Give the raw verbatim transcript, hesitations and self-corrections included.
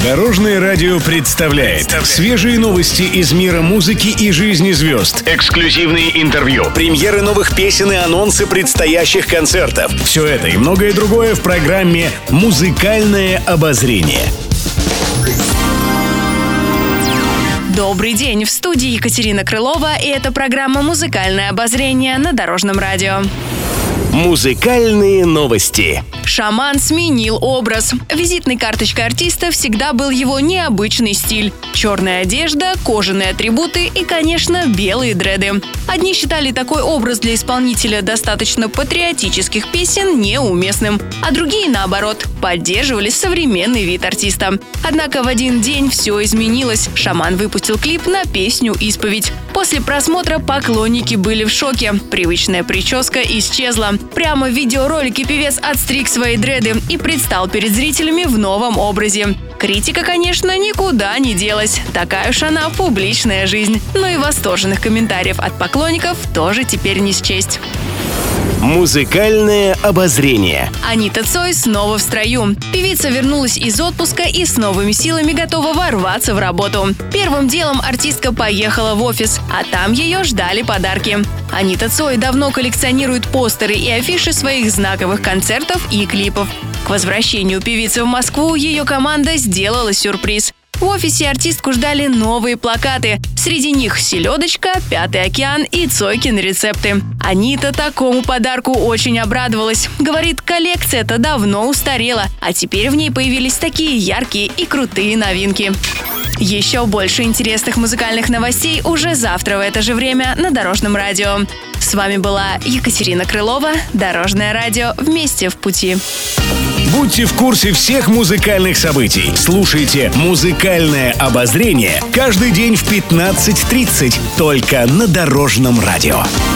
Дорожное радио представляет свежие новости из мира музыки и жизни звезд. Эксклюзивные интервью, премьеры новых песен и анонсы предстоящих концертов. Все это и многое другое в программе «Музыкальное обозрение». Добрый день, в студии Екатерина Крылова, и это программа «Музыкальное обозрение» на Дорожном радио. Музыкальные новости. Шаман сменил образ. Визитной карточкой артиста всегда был его необычный стиль. Черная одежда, кожаные атрибуты и, конечно, белые дреды. Одни считали такой образ для исполнителя достаточно патриотических песен неуместным, а другие, наоборот, поддерживали современный вид артиста. Однако в один день все изменилось. Шаман выпустил клип на песню «Исповедь». После просмотра поклонники были в шоке. Привычная прическа исчезла. Прямо в видеоролике певец отстриг свои дреды и предстал перед зрителями в новом образе. Критика, конечно, никуда не делась. Такая уж она публичная жизнь. Но и восторженных комментариев от поклонников тоже теперь не счесть. Музыкальное обозрение. Анита Цой снова в строю. Певица вернулась из отпуска и с новыми силами готова ворваться в работу. Первым делом артистка поехала в офис, а там ее ждали подарки. Анита Цой давно коллекционирует постеры и афиши своих знаковых концертов и клипов. К возвращению певицы в Москву ее команда сделала сюрприз. В офисе артистку ждали новые плакаты. Среди них «Селедочка», «Пятый океан» и «Цойкины рецепты». Анита такому подарку очень обрадовалась. Говорит, коллекция-то давно устарела, а теперь в ней появились такие яркие и крутые новинки. Еще больше интересных музыкальных новостей уже завтра в это же время на Дорожном радио. С вами была Екатерина Крылова, Дорожное радио, вместе в пути. Будьте в курсе всех музыкальных событий. Слушайте «Музыкальное обозрение» каждый день в пятнадцать тридцать только на Дорожном радио.